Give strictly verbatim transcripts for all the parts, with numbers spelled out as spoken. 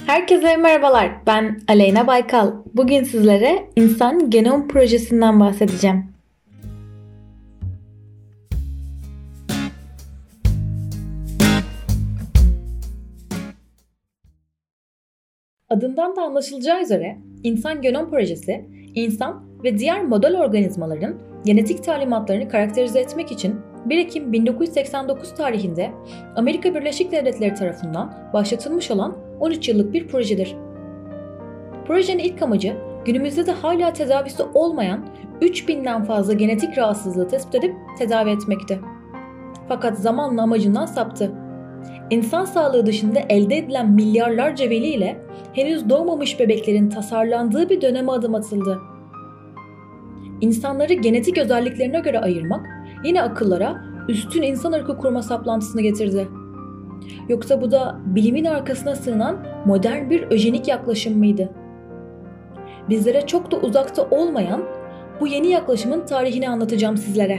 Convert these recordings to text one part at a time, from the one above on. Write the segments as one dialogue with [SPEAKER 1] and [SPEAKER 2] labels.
[SPEAKER 1] Herkese merhabalar. Ben Aleyna Baykal. Bugün sizlere İnsan Genom Projesi'nden bahsedeceğim. Adından da anlaşılacağı üzere İnsan Genom Projesi, insan ve diğer model organizmaların genetik talimatlarını karakterize etmek için bir Ekim bin dokuz yüz seksen dokuz tarihinde Amerika Birleşik Devletleri tarafından başlatılmış olan on üç yıllık bir projedir. Projenin ilk amacı günümüzde de hala tedavisi olmayan üç binden fazla genetik rahatsızlığı tespit edip tedavi etmekti. Fakat zamanla amacından saptı. İnsan sağlığı dışında elde edilen milyarlarca veri ile henüz doğmamış bebeklerin tasarlandığı bir döneme adım atıldı. İnsanları genetik özelliklerine göre ayırmak yine akıllara üstün insan ırkı kurma saplantısını getirdi. Yoksa bu da bilimin arkasına sığınan modern bir öjenik yaklaşım mıydı? Bizlere çok da uzakta olmayan bu yeni yaklaşımın tarihini anlatacağım sizlere.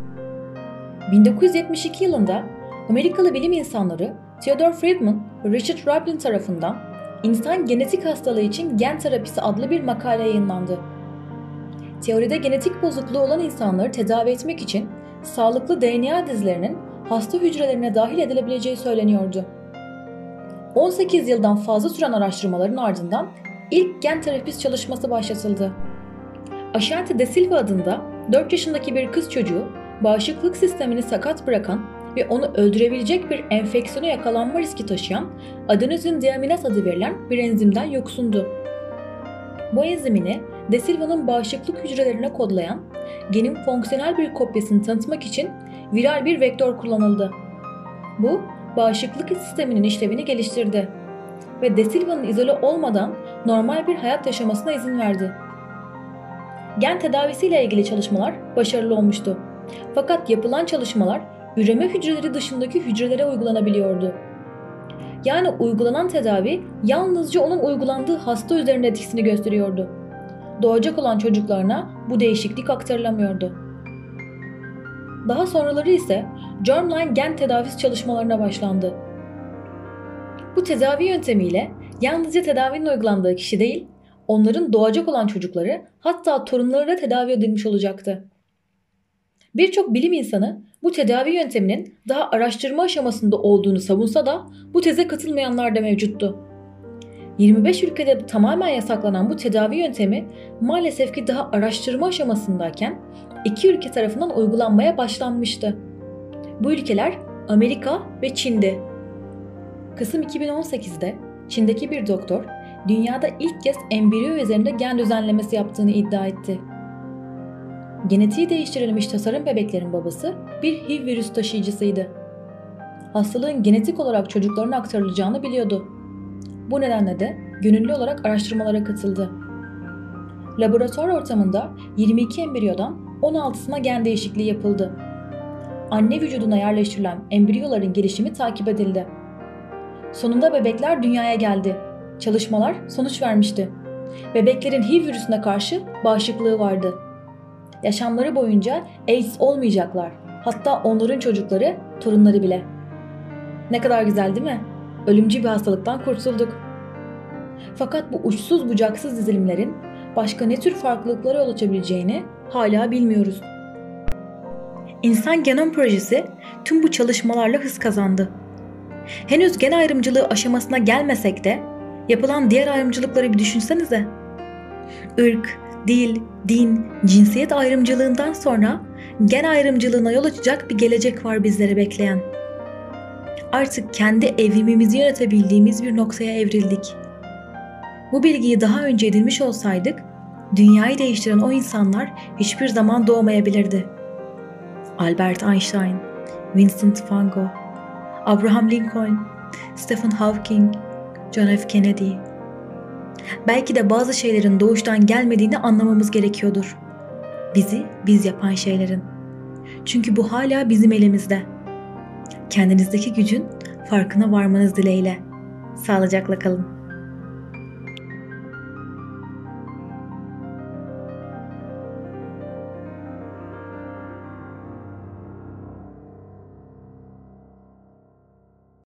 [SPEAKER 1] bin dokuz yüz yetmiş iki yılında Amerikalı bilim insanları Theodore Friedman ve Richard Raplin tarafından İnsan Genetik Hastalığı için Gen Terapisi adlı bir makale yayınlandı. Teoride genetik bozukluğu olan insanları tedavi etmek için sağlıklı D N A dizilerinin hasta hücrelerine dahil edilebileceği söyleniyordu. on sekiz yıldan fazla süren araştırmaların ardından ilk gen terapisi çalışması başlatıldı. Ashanti De Silva adında dört yaşındaki bir kız çocuğu bağışıklık sistemini sakat bırakan ve onu öldürebilecek bir enfeksiyona yakalanma riski taşıyan adenozin deaminaz adı verilen bir enzimden yoksundu. Bu enzimini De Silva'nın bağışıklık hücrelerine kodlayan genin fonksiyonel bir kopyasını tanıtmak için viral bir vektör kullanıldı. Bu, bağışıklık sisteminin işlevini geliştirdi ve De Silva'nın izole olmadan normal bir hayat yaşamasına izin verdi. Gen tedavisiyle ilgili çalışmalar başarılı olmuştu. Fakat yapılan çalışmalar üreme hücreleri dışındaki hücrelere uygulanabiliyordu. Yani uygulanan tedavi yalnızca onun uygulandığı hasta üzerinde etkisini gösteriyordu. Doğacak olan çocuklarına bu değişiklik aktarılamıyordu. Daha sonraları ise germline gen tedavisi çalışmalarına başlandı. Bu tedavi yöntemiyle yalnızca tedavinin uygulandığı kişi değil, onların doğacak olan çocukları hatta torunları da tedavi edilmiş olacaktı. Birçok bilim insanı bu tedavi yönteminin daha araştırma aşamasında olduğunu savunsa da bu teze katılmayanlar da mevcuttu. yirmi beş ülkede tamamen yasaklanan bu tedavi yöntemi maalesef ki daha araştırma aşamasındayken iki ülke tarafından uygulanmaya başlanmıştı. Bu ülkeler Amerika ve Çin'di. Kasım iki bin on sekizde Çin'deki bir doktor dünyada ilk kez embriyo üzerinde gen düzenlemesi yaptığını iddia etti. Genetiği değiştirilmiş tasarım bebeklerin babası bir H I V virüs taşıyıcısıydı. Hastalığın genetik olarak çocuklarına aktarılacağını biliyordu. Bu nedenle de gönüllü olarak araştırmalara katıldı. Laboratuvar ortamında yirmi iki embriyodan on altısına gen değişikliği yapıldı. Anne vücuduna yerleştirilen embriyoların gelişimi takip edildi. Sonunda bebekler dünyaya geldi. Çalışmalar sonuç vermişti. Bebeklerin H I V virüsüne karşı bağışıklığı vardı. Yaşamları boyunca AIDS olmayacaklar. Hatta onların çocukları, torunları bile. Ne kadar güzel değil mi? Ölümcül bir hastalıktan kurtulduk. Fakat bu uçsuz bucaksız dizilimlerin başka ne tür farklılıklara yol açabileceğini hala bilmiyoruz. İnsan Genom Projesi tüm bu çalışmalarla hız kazandı. Henüz gen ayrımcılığı aşamasına gelmesek de yapılan diğer ayrımcılıkları bir düşünsenize. Irk, dil, din, cinsiyet ayrımcılığından sonra gen ayrımcılığına yol açacak bir gelecek var bizleri bekleyen. Artık kendi evrimimizi yönetebildiğimiz bir noktaya evrildik. Bu bilgiyi daha önce edinmiş olsaydık, dünyayı değiştiren o insanlar hiçbir zaman doğmayabilirdi. Albert Einstein, Vincent van Gogh, Abraham Lincoln, Stephen Hawking, John F. Kennedy. Belki de bazı şeylerin doğuştan gelmediğini anlamamız gerekiyordur. Bizi biz yapan şeylerin. Çünkü bu hala bizim elimizde. Kendinizdeki gücün farkına varmanız dileğiyle. Sağlıcakla kalın.